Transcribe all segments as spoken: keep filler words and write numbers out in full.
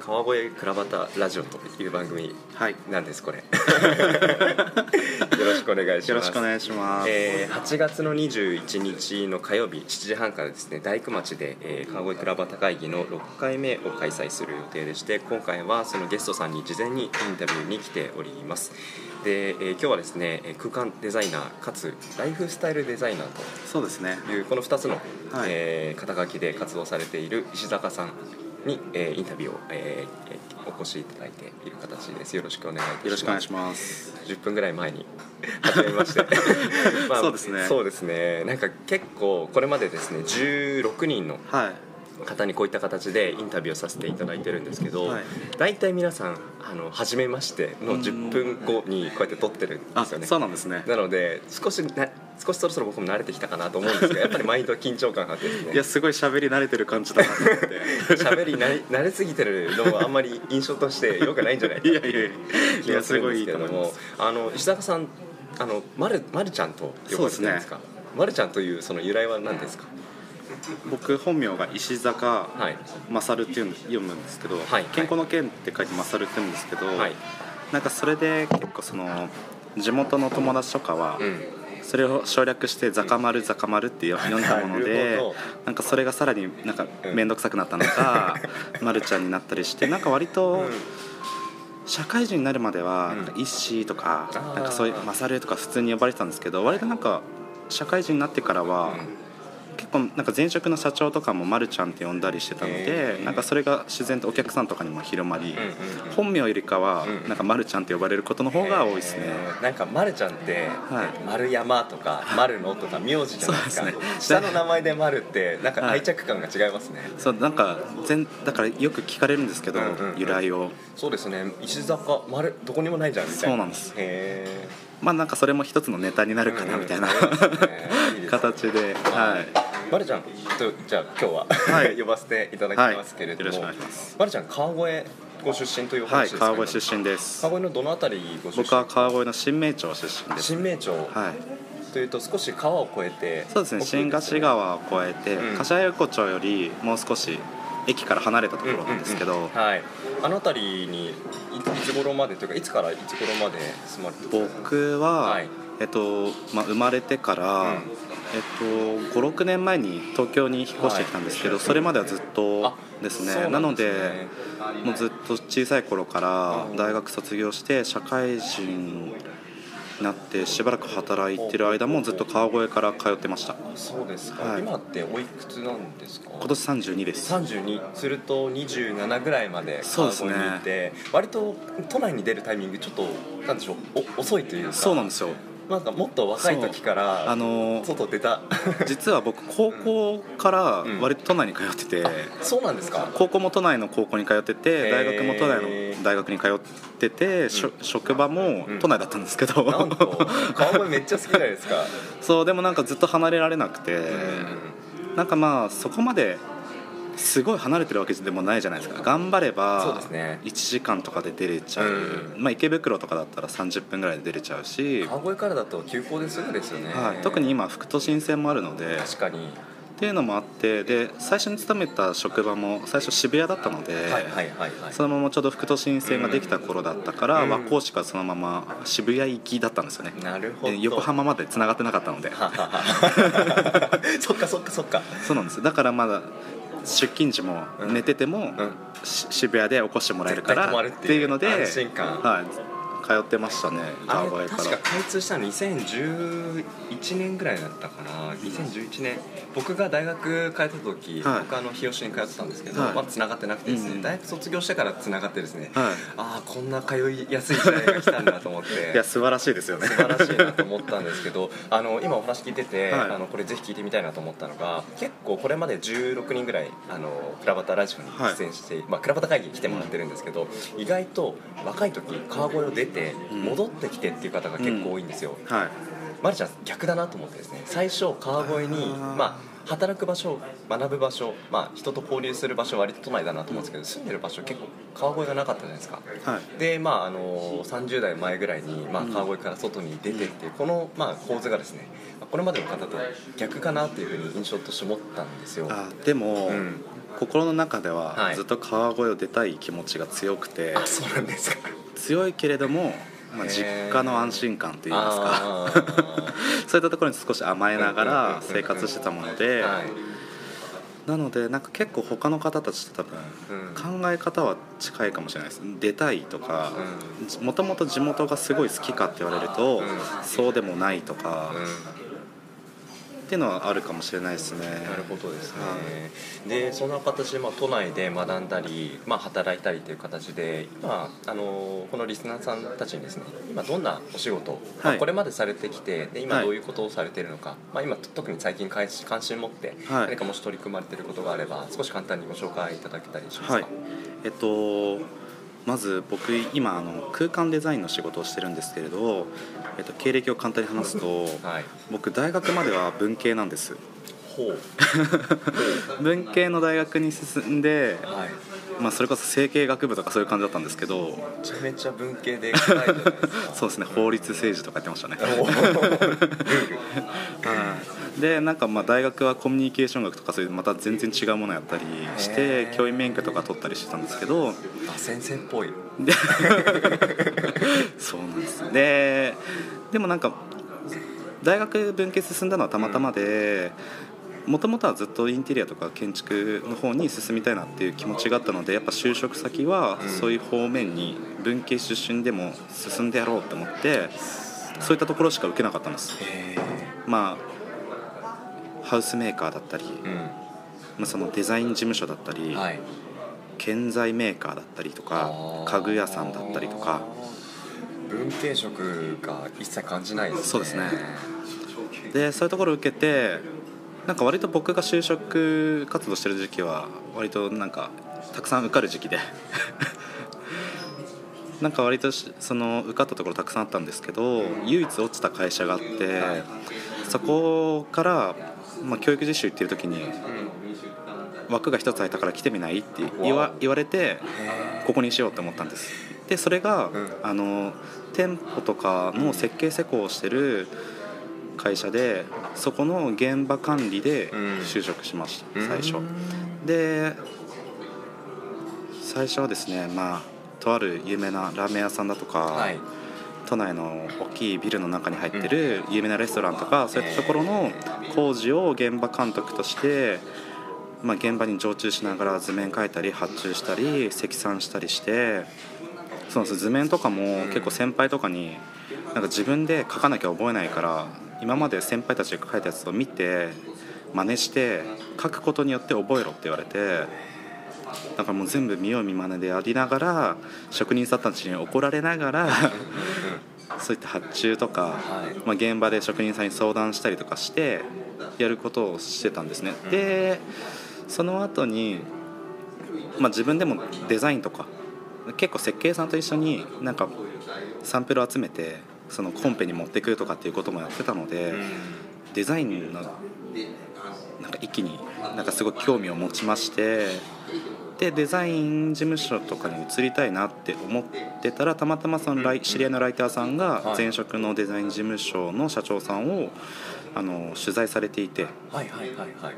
川越倉端ラジオという番組なんです、はい、これよろしくお願いします。 よろしくお願いします。 えー、はちがつのにじゅういちにちの火曜日しちじはんからですね、大工町で、えー、川越倉端会議のろっかいめを開催する予定でして、今回はそのゲストさんに事前にインタビューに来ております。で、えー、今日はですね、空間デザイナーかつライフスタイルデザイナーとそうですねいうこのふたつの、 はい、 えー、肩書きで活動されている石坂さんに、えー、インタビューを、えー、お越しいただいている形です。よろしくお願いいたします。 よろしくお願いします。 じゅっぷんぐらい前に始めましてまあ、 そうですねそうですね。なんか結構これまでですねじゅうろくにんの方にこういった形でインタビューをさせていただいてるんですけど、はい、大体皆さんあの初めましてのじゅっぷんごにこうやって撮ってるんですよね。 あ、そうなんですね。 なので少しな少しそろそろ僕も慣れてきたかなと思うんですが、やっぱり毎度緊張感があってですね。 いや、すごい喋り慣れてる感じだなと思って喋り慣れ、慣れすぎてるのもあんまり印象として良くないんじゃないかっていう気がするんですけれども、あの石坂さん、あのまるまるちゃんと呼ばれてるんですか。まるちゃんというその由来は何ですか。 僕本名が石坂勝っていう読むんですけど、はい、健康の健って書いて勝って言うんですけど、はい、なんかそれで結構その地元の友達とかは、うん、それを省略してザカマルザカマルって読んだもので、なんかそれがさらになんか面倒くさくなったのか、うん、まるちゃんになったりして、なんか割と社会人になるまではなんかイッシーとかなんかそういうマサルとか普通に呼ばれてたんですけど、割となんか社会人になってからは結構なんか前職の社長とかもまるちゃんって呼んだりしてたので、なんかそれが自然とお客さんとかにも広まり、本名よりかはなんかまるちゃんって呼ばれることの方が多いですね。 なんかまるちゃんって丸山とか丸野とか名字じゃないですか。下の名前でまるってなんか愛着感が違いますね。 そう、なんか全だからよく聞かれるんですけど、由来を。 そうですね。石坂丸どこにもないじゃんみたいな。 そうなんです。 へー。 まあなんかそれも一つのネタになるかなみたいな形で、はい。 まるちゃんとじゃあ今日は、はい、呼ばせていただきますけれども、はい、よろしくお願いします。まるちゃん川越ご出身という話ですか。 はい、川越出身です。 川越のどのあたりご出身？ 僕は川越の新名町出身です。 新名町。 はい。 というと少し川を越えて。 そうですね。新河岸川を越えて、うん、柏横丁よりもう少し駅から離れたところなんですけど、うんうんうん、 はい。あの辺りにいつ頃までというかいつからいつ頃まで住まれてたんですか。 僕は、はい、えっとまあ、生まれてから、うん、えっと、ごろくねんまえに東京に引っ越してきたんですけど、はい、それまではずっとですね。なのでもうずっと小さい頃から大学卒業して社会人になってしばらく働いてる間もずっと川越から通ってました。 そうですか、はい、今っておいくつなんですか。 今年さんじゅうにです。 さんじゅうにするとにじゅうななぐらいまで川越にいて、ね、割と都内に出るタイミングちょっとなんでしょう、お遅いというか。 そうなんですよ。 なんかもっと若い時から外出た、 あのー、実は僕高校から割と都内に通ってて、うん、 そうなんですか。 高校も都内の高校に通ってて、大学も都内の大学に通ってて、うん、職場も都内だったんですけど、うん、 なんと川越めっちゃ好きじゃないですか。 そう、でもなんかずっと離れられなくて、うん、なんかまあそこまですごい離れてるわけでもないじゃないですか。頑張ればいちじかんとかで出れちゃう、うん、まあ、池袋とかだったらさんじゅっぷんぐらいで出れちゃうし、 川越からだと急行ですぐですよね、 はい、特に今副都心線もあるので。 確かにっていうのもあって、で最初に勤めた職場も最初渋谷だったので、そのままちょうど副都心線ができた頃だったから、うん、和光市がそのまま渋谷行きだったんですよね。 なるほど。 横浜まで繋がってなかったのでそっかそっかそっか。 そうなんです。だからまだ出勤時も寝てても、うんうん、渋谷で起こしてもらえるからっていうので、 安心感、 はい、通ってましたね。 あれ確か開通したのにせんじゅういちねんぐらいだったかな。にせんじゅういちねん僕が大学通った時、はい、僕あの日吉に通ってたんですけど、はい、まだ繋がってなくてですね、うん、大学卒業してから繋がってですね、はい、ああこんな通いやすい時代が来たんだと思っていや素晴らしいですよね。 素晴らしいなと思ったんですけどあの今お話聞いてて、はい、あのこれぜひ聞いてみたいなと思ったのが、結構これまでじゅうろくにんぐらいあの倉端ラジオに出演して、はい、まあ、倉端会議に来てもらってるんですけど、意外と若い時川越を出て戻ってきてっていう方が結構多いんですよ、うん、はい。まるちゃん逆だなと思ってですね、最初川越にまあ働く場所、学ぶ場所、まあ、人と交流する場所は割と都内だなと思うんですけど、住んでる場所結構川越がなかったじゃないですか、はい、で、まあ、あのさんじゅうだいまえぐらいに、まあ、川越から外に出てっていうこの、まあ、構図がですね、これまでの方と逆かなっていうふうに印象として思ったんですよ。 あでも、うん、 心の中ではずっと川越を出たい気持ちが強くて、 はい、あ、そうなんですか。 強いけれども、まあ、実家の安心感といいますかそういったところに少し甘えながら生活してたもので、なのでなんか結構他の方たちと多分考え方は近いかもしれないです。出たいとか、もともと地元がすごい好きかって言われるとそうでもないとかっていうのはあるかもしれないですね。 なるほどですね。はい、でそんな形で、まあ、都内で学んだり、まあ、働いたりという形で今あのこのリスナーさんたちにですね、今どんなお仕事、はい、まあ、これまでされてきてで今どういうことをされているのか、はい、まあ、今特に最近関心を持って何かもし取り組まれていることがあれば少し簡単にご紹介いただけたりしますか。はい、 えっとまず僕今あの空間デザインの仕事をしてるんですけれど、えっと、経歴を簡単に話すと、はい、僕大学までは文系なんです。ほう文系の大学に進んで、はい、まあ、それこそ政経学部とかそういう感じだったんですけど、 めちゃめちゃ文系で書いてるんですか。 そうですね、法律政治とかやってましたねでなんかまあ大学はコミュニケーション学とかそういうまた全然違うものやったりして教員免許とか取ったりしてたんですけど、 あ、先生っぽいでそうなんですででもなんか大学文系進んだのはたまたまで、もともとはずっとインテリアとか建築の方に進みたいなっていう気持ちがあったので、やっぱ就職先はそういう方面に文系出身でも進んでやろうと思ってそういったところしか受けなかったんです。まあハウスメーカーだったり、うん、まあ、そのデザイン事務所だったり、はい、建材メーカーだったりとか家具屋さんだったりとか、 文系色が一切感じないですね。 そうですね。でそういうところを受けてなんか割と僕が就職活動してる時期は割となんかたくさん受かる時期でなんか割とその受かったところたくさんあったんですけど、唯一落ちた会社があって、はい、そこからまあ、教育実習行ってる時に枠が一つ空いたから来てみないって言わ、言われてここにしようって思ったんです。でそれが、うん、あの店舗とかの設計施工をしてる会社でそこの現場管理で就職しました、うん、最初で最初はですね、まあとある有名なラーメン屋さんだとか、はい、都内の大きいビルの中に入ってる有名なレストランとか、うん、そういったところの工事を現場監督として、まあ、現場に常駐しながら図面描いたり発注したり積算したりして、そうです、図面とかも結構先輩とかになんか自分で描かなきゃ覚えないから今まで先輩たちが描いたやつを見て真似して描くことによって覚えろって言われて、だからもう全部見よう見まねでやりながら職人さんたちに怒られながらそういった発注とか、まあ、現場で職人さんに相談したりとかしてやることをしてたんですね。でその後に、まあ、自分でもデザインとか結構設計さんと一緒になんかサンプルを集めてそのコンペに持ってくるとかっていうこともやってたので、デザインのなんか一気になんかすごい興味を持ちまして、でデザイン事務所とかに移りたいなって思ってたらたまたまその知り合いのライターさんが前職のデザイン事務所の社長さんをあの取材されていて、はいはいはいはい、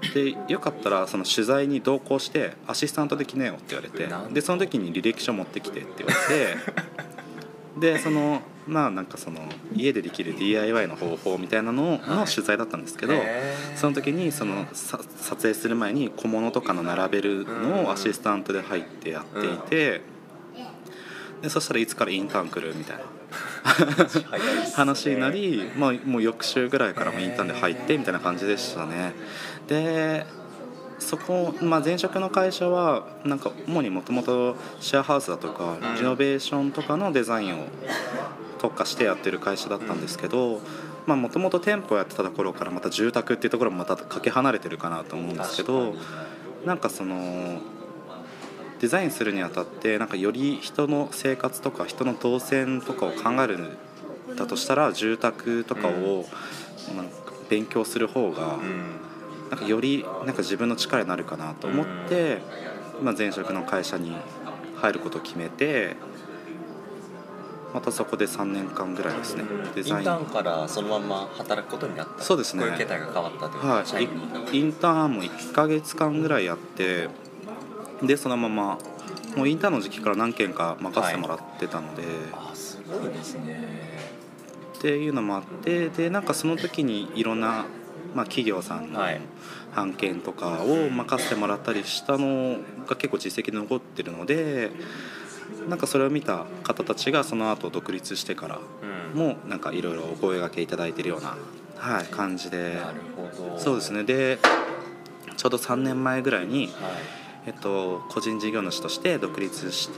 でよかったらその取材に同行してアシスタントで来なよって言われて、でその時に履歴書持ってきてって言われてでそのまあなんかその家でできる ディーアイワイ の方法みたいなのの取材だったんですけど、その時にその撮影する前に小物とかの並べるのをアシスタントで入ってやっていて、でそしたらいつからインターン来るみたいな話になり、まあ、もう翌週ぐらいからもインターンで入ってみたいな感じでしたね。でそこ、まあ、前職の会社はなんか主にもともとシェアハウスだとかリノベーションとかのデザインを特化してやってる会社だったんですけど、もともと店舗やってたところからまた住宅っていうところもまたかけ離れてるかなと思うんですけど、なんかそのデザインするにあたってなんかより人の生活とか人の動線とかを考えるんだとしたら住宅とかをなんか勉強する方がなんかよりなんか自分の力になるかなと思って、まあ、前職の会社に入ることを決めて、 またそこでさんねんかんぐらいですね、 デザインインターンからそのまま働くことになった。 そうですね、 こういう形態が変わったという、 はい、インターンもいっかげつかんぐらいやって、でそのままもうインターンの時期から何件か任せてもらってたので、はい、 あすごいですねっていうのもあって、でなんかその時にいろんな、まあ、企業さんの案件とかを任せてもらったりしたのが結構実績で残ってるので、なんかそれを見た方たちがその後独立してからもなんかいろいろお声掛けいただいてるような、はい、感じで。 なるほど。 そうですね。でちょうどさんねんまえぐらいに、はいえっと、個人事業主として独立して、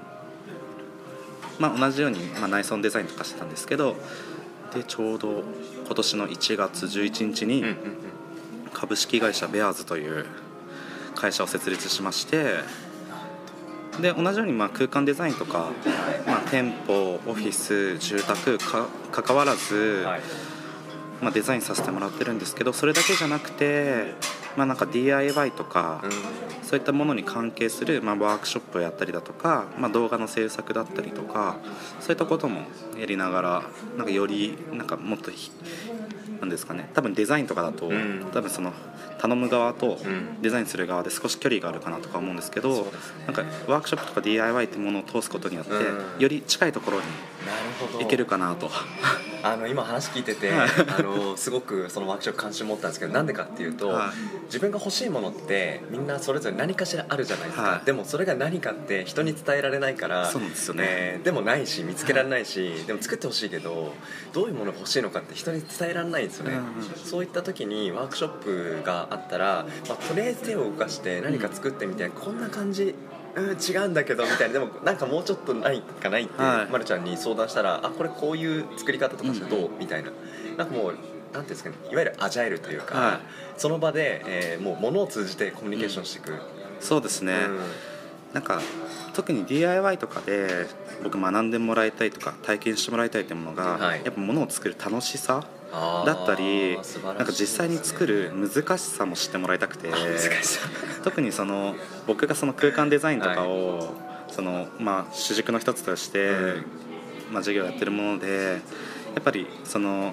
まあ、同じように、まあ、内装デザインとかしてたんですけど、でちょうど今年のいちがつじゅういちにちに株式会社ベアーズという会社を設立しまして、で同じようにまあ空間デザインとか、まあ、店舗オフィス住宅か関わらず、はいまあ、デザインさせてもらってるんですけど、それだけじゃなくて、まあ、なんか ディーアイワイ とか、うん、そういったものに関係する、まあ、ワークショップをやったりだとか、まあ、動画の制作だったりとか、そういったこともやりながら、なんかよりなんかもっとなんですかね、多分デザインとかだと、うん、多分その頼む側とデザインする側で少し距離があるかなとか思うんですけど、うん、なんかワークショップとか ディーアイワイ ってものを通すことによって、うん、より近いところに行けるかなと。 あの今話聞いてて、はい、あのすごくそのワークショップ関心持ったんですけど、なんでかっていうと、はい、自分が欲しいものってみんなそれぞれ何かしらあるじゃないですか、はい、でもそれが何かって人に伝えられないから、 そうなんですよね、 えー、でもないし見つけられないし、はい、でも作ってほしいけどどういうものが欲しいのかって人に伝えられないんですよね、うんうん、そういった時にワークショップがあったら、まあ、とりあえず手を動かして何か作ってみて、うん、こんな感じうん、違うんだけどみたいな、でもなんかもうちょっとないかないって、はい、まるちゃんに相談したら、あこれこういう作り方とかしてどう、うん、みたいな、なんかもうなんていうんですかね、いわゆるアジャイルというか、はい、その場で、えー、もう物を通じてコミュニケーションしていく、うん、 そうですね、うん、なんか特に ディーアイワイ とかで僕学んでもらいたいとか体験してもらいたいというものが、はい、やっぱ物を作る楽しさだったり、なんか実際に作る難しさも知ってもらいたくて、特にその僕がその空間デザインとかを、はい、そのまあ主軸の一つとして、うんまあ、授業をやってるもので、やっぱりその、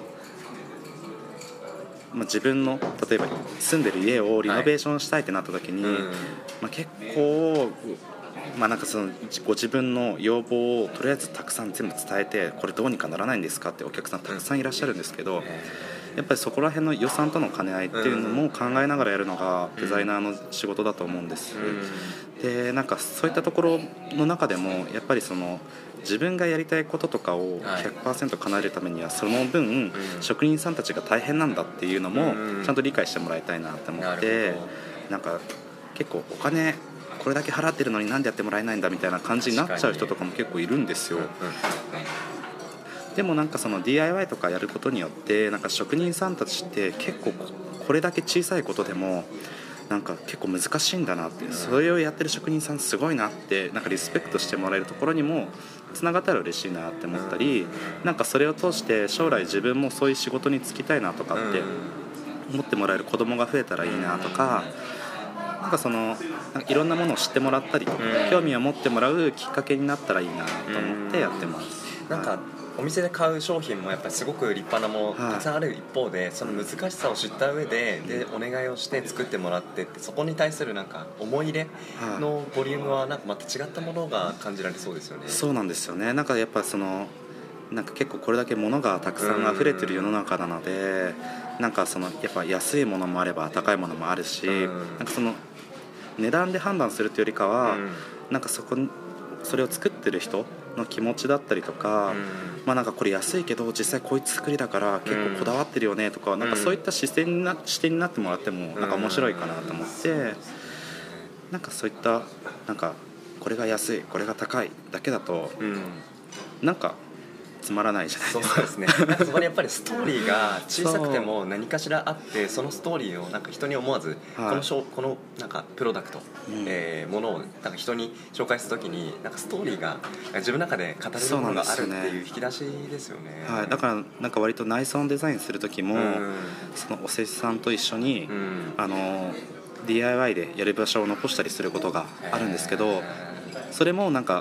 まあ、自分の例えば住んでる家をリノベーションしたいってなった時に、はいうんまあ、結構まあ、なんかそのご自分の要望をとりあえずたくさん全部伝えて、これどうにかならないんですかってお客さんたくさんいらっしゃるんですけど、やっぱりそこら辺の予算との兼ね合いっていうのも考えながらやるのがデザイナーの仕事だと思うんです。でなんかそういったところの中でもやっぱりその自分がやりたいこととかを ひゃくパーセント 叶えるためにはその分職人さんたちが大変なんだっていうのもちゃんと理解してもらいたいなって思って、なんか結構お金これだけ払ってるのになんでやってもらえないんだみたいな感じになっちゃう人とかも結構いるんですよ。でもなんかその ディーアイワイ とかやることによってなんか職人さんたちって結構これだけ小さいことでもなんか結構難しいんだなって、それをやってる職人さんすごいなってなんかリスペクトしてもらえるところにもつながったら嬉しいなって思ったり、なんかそれを通して将来自分もそういう仕事に就きたいなとかって思ってもらえる子供が増えたらいいなとか、なんかそのいろんなものを知ってもらったりとか、うん、興味を持ってもらうきっかけになったらいいなと思ってやってます。 うん、なんかお店で買う商品もやっぱりすごく立派なものたくさんある一方で、その難しさを知った上で、でお願いをして作ってもらってって、そこに対するなんか思い入れのボリュームはなんかまた違ったものが感じられそうですよね。 そうなんですよね。なんかやっぱそのなんか結構これだけ物がたくさん溢れてる世の中なので、なんかそのやっぱ安いものもあれば高いものもあるし、なんかその値段で判断するというよりかは、なんかそこそれを作ってる人の気持ちだったりとか、まあなんかこれ安いけど実際こういう作りだから結構こだわってるよねとか、なんかそういった視点にな視点になってもらってもなんか面白いかなと思って、なんかそういったなんかこれが安いこれが高いだけだとなんかつまらないじゃないですか。 そうですね。なんかそこにやっぱりストーリーが小さくても何かしらあって、そのストーリーをなんか人に思わず、はい、このショこのなんかプロダクト、うんえー、ものをなんか人に紹介するときになんかストーリーが自分の中で語れるものがあるっていう引き出しですよね。 はい、だからなんか割と内装のデザインするときも、うん、そのお施主さんと一緒に、うん、あの ディーアイワイ でやる場所を残したりすることがあるんですけど、それもなんか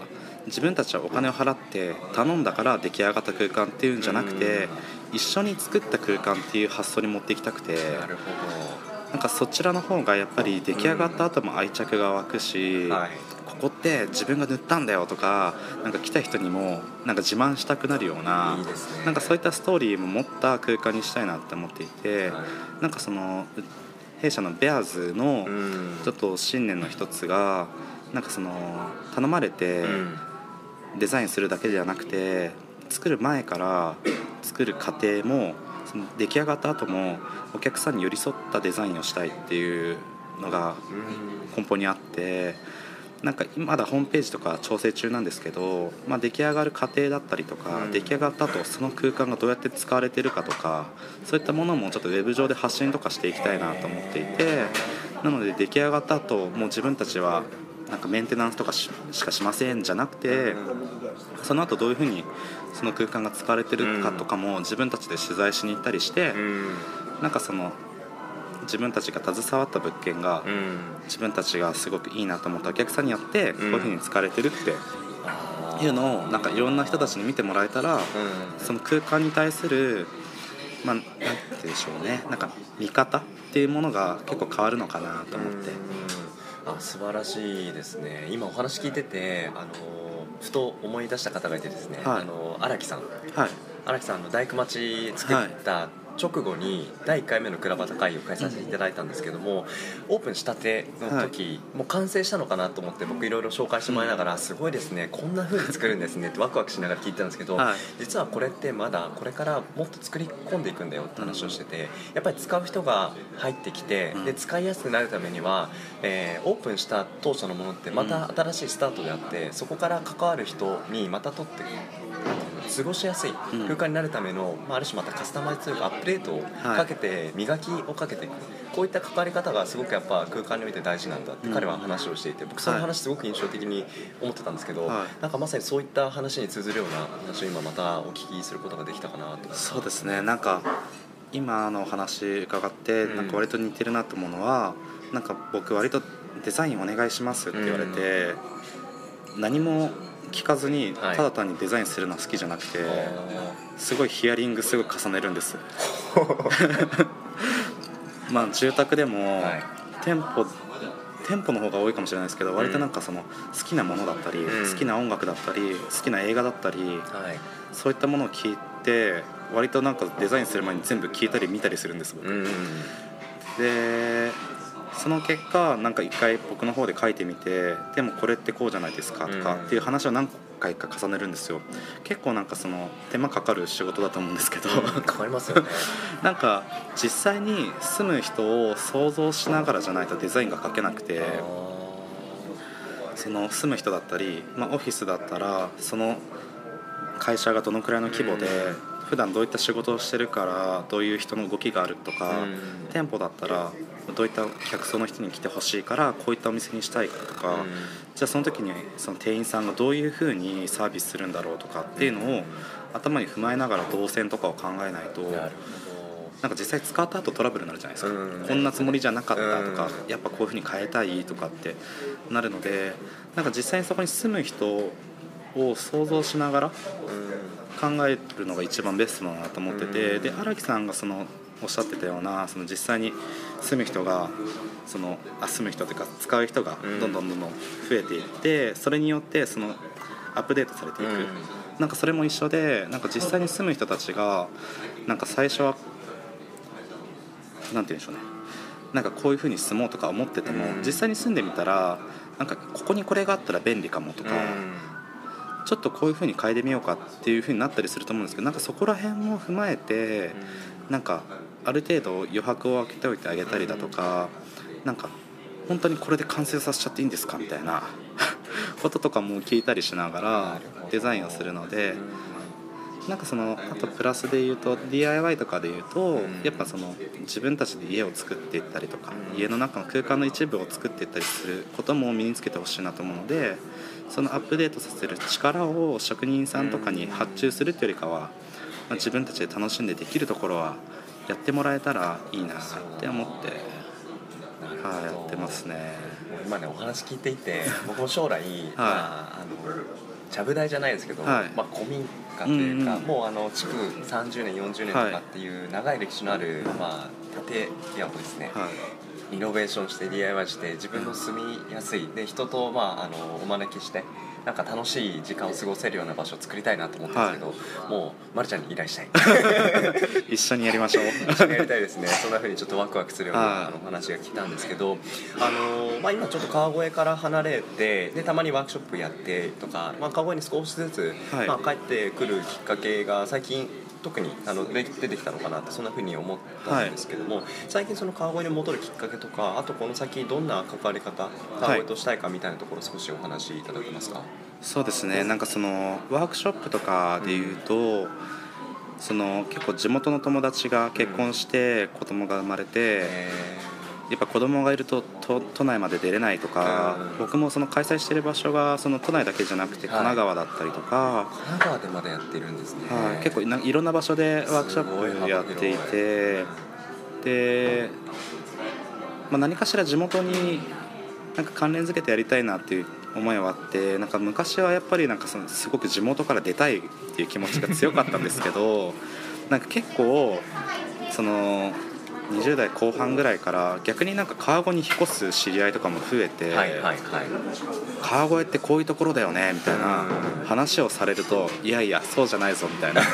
自分たちはお金を払って頼んだから出来上がった空間っていうんじゃなくて、一緒に作った空間っていう発想に持っていきたくて、 なるほど。 なんかそちらの方がやっぱり出来上がった後も愛着が湧くし、 はい、 ここって自分が塗ったんだよとか、なんか来た人にもなんか自慢したくなるような、 いいですね、 なんかそういったストーリーも持った空間にしたいなって思っていて、はい、なんかその弊社のベアーズのちょっと信念の一つが、なんかその頼まれてデザインするだけじゃなくて、作る前から作る過程もその出来上がった後もお客さんに寄り添ったデザインをしたいっていうのが根本にあって、なんかまだホームページとか調整中なんですけど、まあ、出来上がる過程だったりとか、出来上がった後その空間がどうやって使われてるかとか、そういったものもちょっとウェブ上で発信とかしていきたいなと思っていて、なので出来上がった後もう自分たちはなんかメンテナンスとか し, しかしませんじゃなくて、その後どういうふうにその空間が使われてるかとかも自分たちで取材しに行ったりして、なんかその自分たちが携わった物件が自分たちがすごくいいなと思ったお客さんによってこういうふうに使われてるっていうのをなんかいろんな人たちに見てもらえたら、その空間に対するまあなんて言うんでしょうね、なんか見方っていうものが結構変わるのかなと思って。 あ、素晴らしいですね。今お話聞いてて、あのふと思い出した方がいてですね、はい、あの荒木さん、はい、荒木さんの大工町作った直後にだいいっかいめのクラバタ会議を開催させていただいたんですけども、オープンしたての時、はい、もう完成したのかなと思って僕いろいろ紹介してもらいながら、すごいですね、こんな風に作るんですねってワクワクしながら聞いてたんですけど、はい、実はこれってまだこれからもっと作り込んでいくんだよって話をしてて、やっぱり使う人が入ってきて、で使いやすくなるためには、えー、オープンした当初のものってまた新しいスタートであって、そこから関わる人にまた取って過ごしやすい空間になるための、まあ、ある種またカスタマイズというかアップデートをかけて、磨きをかけていく、こういった関わり方がすごくやっぱ空間において大事なんだって彼は話をしていて、僕その話すごく印象的に思ってたんですけど、なんかまさにそういった話に通ずるような話を今またお聞きすることができたかなと思って。 そうですね、なんか今のお話伺ってなんか割と似てるなと思うのは、なんか僕割とデザインお願いしますって言われて、何も聞かずにただ単にデザインするのは好きじゃなくて、はい、すごいヒアリングすごい重ねるんですまあ住宅でも、はい、店舗店舗の方が多いかもしれないですけど、割となんかその好きなものだったり、うん、好きな音楽だったり好きな映画だったり、はい、そういったものを聞いて割となんかデザインする前に全部聞いたり見たりするんです僕、うん、でその結果なんか一回僕の方で書いてみて、でもこれってこうじゃないですかとかっていう話を何回か重ねるんですよ。結構なんかその手間かかる仕事だと思うんですけど、 うん、かかりますよねなんか実際に住む人を想像しながらじゃないとデザインが描けなくて、その住む人だったり、まあ、オフィスだったらその会社がどのくらいの規模で、うん、普段どういった仕事をしてるからどういう人の動きがあるとか、うん、店舗だったらどういった客層の人に来てほしいからこういったお店にしたいとか、うん、じゃあその時にその店員さんがどういうふうにサービスするんだろうとかっていうのを、うん、頭に踏まえながら動線とかを考えないと、なんか実際使った後トラブルになるじゃないですか、うん、こんなつもりじゃなかったとか、うん、やっぱこういうふうに変えたいとかってなるので、なんか実際にそこに住む人を想像しながら考えるのが一番ベストだなと思ってて、で荒木さんがそのおっしゃってたようなその実際に住む人がそのあ住む人というか使う人がどんどんどんどん増えていって、それによってそのアップデートされていく、なんかそれも一緒で、なんか実際に住む人たちがなんか最初はなんて言うんでしょうね、なんかこういう風に住もうとか思ってても、実際に住んでみたらなんかここにこれがあったら便利かもとか、ちょっとこういう風に変えてみようかっていう風になったりすると思うんですけど、なんかそこら辺も踏まえてなんかある程度余白を空けておいてあげたりだとか、なんか本当にこれで完成させちゃっていいんですかみたいなこととかも聞いたりしながらデザインをするので、なんかそのあとプラスで言うと ディーアイワイ とかで言うと、やっぱその自分たちで家を作っていったりとか、家の中の空間の一部を作っていったりすることも身につけてほしいなと思うので、そのアップデートさせる力を職人さんとかに発注するっていうよりかは、まあ、自分たちで楽しんでできるところはやってもらえたらいいなって思って、はい、やってますね。 今ねお話聞いていて僕も将来、はい、まあ、あのちゃぶ台じゃないですけど、はい、まあ、古民家というか、うんうん、もうあの築さんじゅうねんよんじゅうねんとかっていう長い歴史のある、はい、まあ、建屋をですね、はい、リノベーションして ディーアイワイ して自分の住みやすいで人と、まあ、あのお招きしてなんか楽しい時間を過ごせるような場所を作りたいなと思ったんですけど、はい、もうまるちゃんに依頼したい一緒にやりましょう一緒にやりたいですね。そんな風にちょっとワクワクするようなあの話が来たんですけど、あの、まあ、今ちょっと川越から離れてでたまにワークショップやってとか、まあ、川越に少しずつ、はい、まあ、帰ってくるきっかけが最近特にあの出てきたのかなってそんな風に思ったんですけども、はい、最近その川越に戻るきっかけとかあとこの先どんな関わり方川越としたいかみたいなところ少しお話しいただけますか。 そうですね、なんかそのワークショップとかでいうと、うん、その結構地元の友達が結婚して子供が生まれて、うん、やっぱ子供がいると 都, 都内まで出れないとか、うん、僕もその開催している場所がその都内だけじゃなくて神奈川だったりとか、 はい、神奈川でまだやってるんですね。 はい、結構いろんな場所でワークショップやっていて、で、まあ、何かしら地元になんか関連づけてやりたいなっていう思いはあって、なんか昔はやっぱりなんかそのすごく地元から出たいっていう気持ちが強かったんですけどなんか結構そのにじゅう代後半ぐらいから逆になんか川越に引っ越す知り合いとかも増えて、はいはいはい、川越ってこういうところだよねみたいな話をされると、いやいやそうじゃないぞみたいな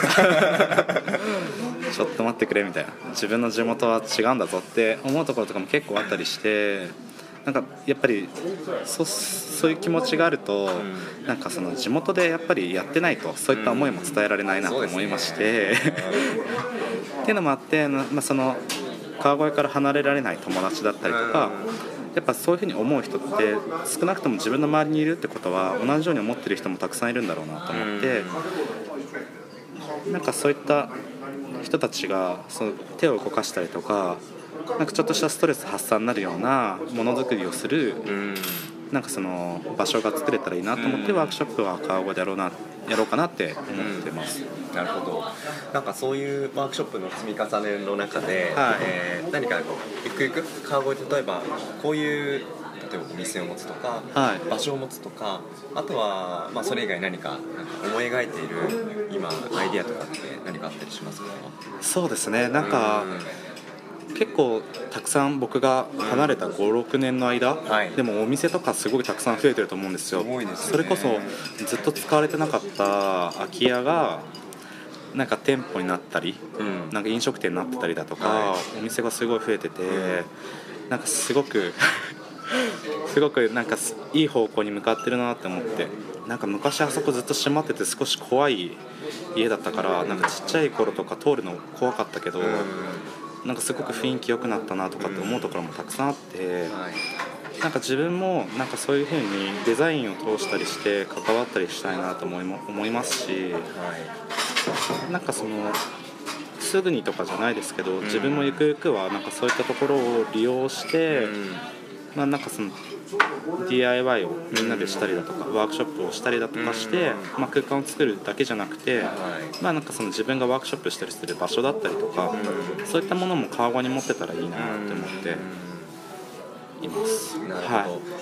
ちょっと待ってくれみたいな、自分の地元は違うんだぞって思うところとかも結構あったりして、なんかやっぱり そ, そういう気持ちがあると、うん、なんかその地元でやっぱりやってないとそういった思いも伝えられないなと思いまして、うんね、っていうのもあって、まあ、その川越から離れられない友達だったりとか、うん、やっぱそういうふうに思う人って少なくとも自分の周りにいるってことは同じように思ってる人もたくさんいるんだろうなと思って、うん、なんかそういった人たちがその手を動かしたりとかなんかちょっとしたストレス発散になるようなものづくりをする、うん、なんかその場所が作れたらいいなと思って、うん、ワークショップは川越でやろうなやろうかなって思ってます、 うん、なるほど。なんかそういうワークショップの積み重ねの中で、はい、えー、何かこうゆくゆく川越で例えばこういう例えばお店を持つとか、はい、場所を持つとか、あとは、まあ、それ以外何か、なんか思い描いている今アイディアとかって何かあったりしますか。 そうですね、なんか、うん結構たくさん僕が離れたご、ろくねんの間、はい、でもお店とかすごいたくさん増えてると思うんですよ。すごいですね。それこそずっと使われてなかった空き家がなんか店舗になったり、うん、なんか飲食店になってたりだとか、はい、お店がすごい増えてて、うん、なんかすごくすごくなんかいい方向に向かってるなって思って、なんか昔あそこずっと閉まってて少し怖い家だったから、なんかちっちゃい頃とか通るの怖かったけど、うんなんかすごく雰囲気良くなったなとかって思うところもたくさんあって、なんか自分もなんかそういう風にデザインを通したりして関わったりしたいなと思い、思いますし、なんかそのすぐにとかじゃないですけど、自分もゆくゆくはなんかそういったところを利用して、まあなんかそのディーアイワイ をみんなでしたりだとかワークショップをしたりだとかして、まあ、空間を作るだけじゃなくて、まあ、なんかその自分がワークショップしたりする場所だったりとか、そういったものも川越に持ってたらいいなって思っています。 なるほど、はい、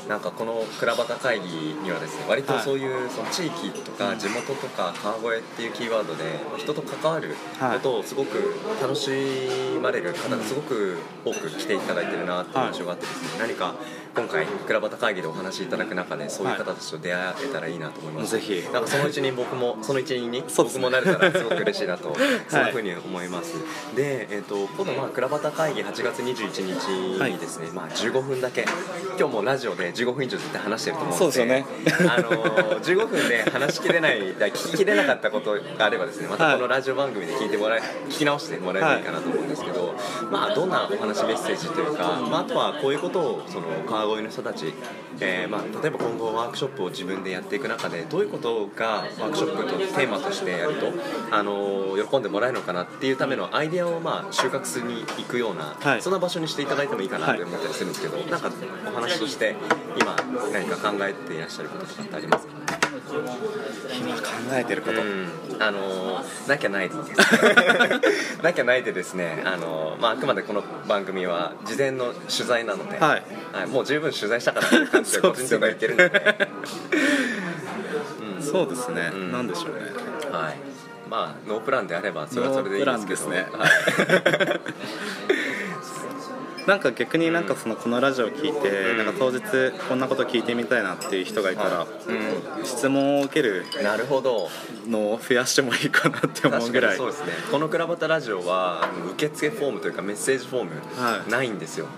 なんかこの倉端会議にはですね割とそういうその地域とか地元とか川越っていうキーワードで人と関わることをすごく楽しまれる方がすごく多く来ていただいてるなっていう印象があってですね、何か今回倉端会議でお話しいただく中でそういう方たちと出会えたらいいなと思います、 はい、ぜひなんかそのうちに僕もその一員に僕もなれたらすごく嬉しいなとそんな風に思います、はい、で、えー、と今度まあ倉端会議はちがつにじゅういちにちにですね、はいまあ、じゅうごふんだけ今日もラジオでじゅうごふん以上絶対話してると思うので、 そうですよねあのじゅうごふんで話しきれない聞ききれなかったことがあればですねまたこのラジオ番組で聞いてもらえ聞き直してもらえばいいかなと思うんですけど、はいまあ、どんなお話メッセージというか、まあ、あとはこういうことをその川越の人たちえーまあ、例えば今後ワークショップを自分でやっていく中でどういうことがワークショップとテーマとしてやると、あのー、喜んでもらえるのかなっていうためのアイデアをまあ収穫しに行くような、はい、そんな場所にしていただいてもいいかなと思ったりするんですけど、はい、なんかお話として今何か考えていらっしゃることとかってありますか。 今考えてること、うん、 あのー、なきゃないでなきゃないでですね、あのーまあ、あくまでこの番組は事前の取材なので、はいはい、もう十分取材したからという感じで個人的に言ってるのでうん、そうですね、うん、なんでしょうね、 はい、まあノープランであればそれはそれでいいですけどね、はいなんか逆になんかそのこのラジオを聞いて、うん、なんか当日こんなこと聞いてみたいなっていう人がいたら、はい、うん、質問を受けるのを増やしてもいいかなって思うぐらい。 そうですね、このクラバタラジオはあの受付フォームというかメッセージフォームないんですよ、はい、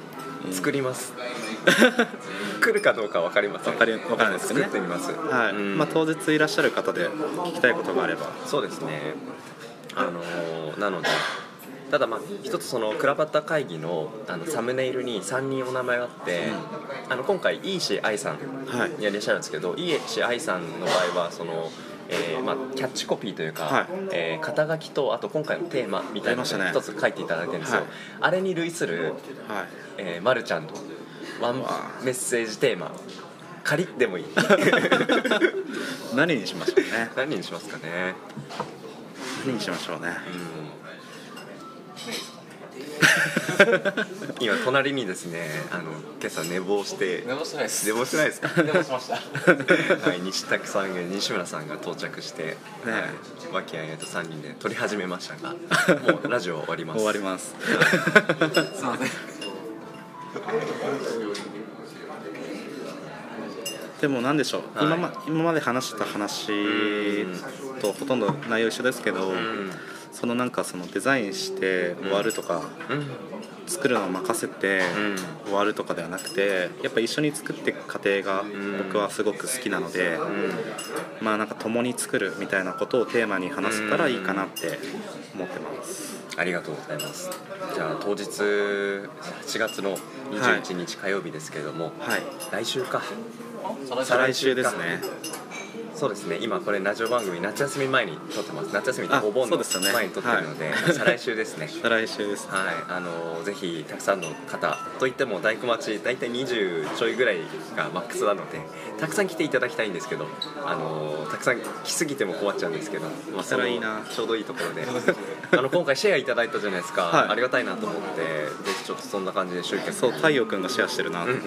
作ります、うん、来るかどうか分かりません、 分かり分からないですね、 作ってみます、 はい、うん、まあ、当日いらっしゃる方で聞きたいことがあれば。 そうですね、あのー、なのでただまあ一つそのクラバタ会議 の, あのサムネイルにさんにんお名前があって、うん、あの今回いいし愛さんにいらっしゃるんですけど、はい、いいし愛さんの場合はその、えーまあ、キャッチコピーというか、はい、えー、肩書きとあと今回のテーマみたいなのを一つ書いていただいてるんですよ、はい、あれに類する、はい、えー、まるちゃんのワンメッセージテーマ仮でもいい何にしましょうね何にしますかね何にしましょうね、うん、 今隣にですね、あの今朝寝坊して寝坊してないです寝坊してないですか寝坊しましたはい、西拓さんが西村さんが到着して、ね、和気あいあいとさんにんで撮り始めましたがもうラジオ終わります終わりますすいませんでもなんでしょう、はい、今, ま今まで話した話とほとんど内容一緒ですけど、うん、そのなんかそのデザインして終わるとか、うん、作るのを任せて終わるとかではなくて、やっぱ一緒に作っていく過程が僕はすごく好きなので、うん、まあなんか共に作るみたいなことをテーマに話せたらいいかなって思ってます。 ありがとうございます。じゃあ当日はちがつのにじゅういちにち火曜日ですけれども、はい、来週か再来週ですね。 そうですね、今これラジオ番組夏休み前に撮ってます。夏休みとお盆の前に撮ってるので、再来週ですね。 再来週です、ね、 はい、あのぜひたくさんの方といっても大工町大体にじゅうちょいぐらいがマックスなので、たくさん来ていただきたいんですけど、あのたくさん来すぎても困っちゃうんですけど、まあ、それいいな、ちょうどいいところであの今回シェアいただいたじゃないですか、はい、ありがたいなと思って、ぜひちょっとそんな感じで集客。 そう、太陽くんがシェアしてるなと、うんうん、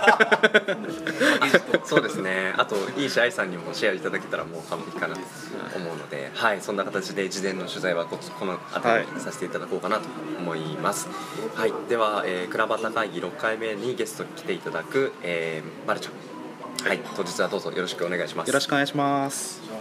そうですね。あといいし愛さんにもシェアいただけたらもう完璧かなと思うので、はい、そんな形で事前の取材は こ, この辺りにさせていただこうかなと思います。はい、では、えー、クラバタ会議ろっかいめにゲストに来ていただく、えー、まるちゃん、はい、当日はどうぞよろしくお願いします。 よろしくお願いします。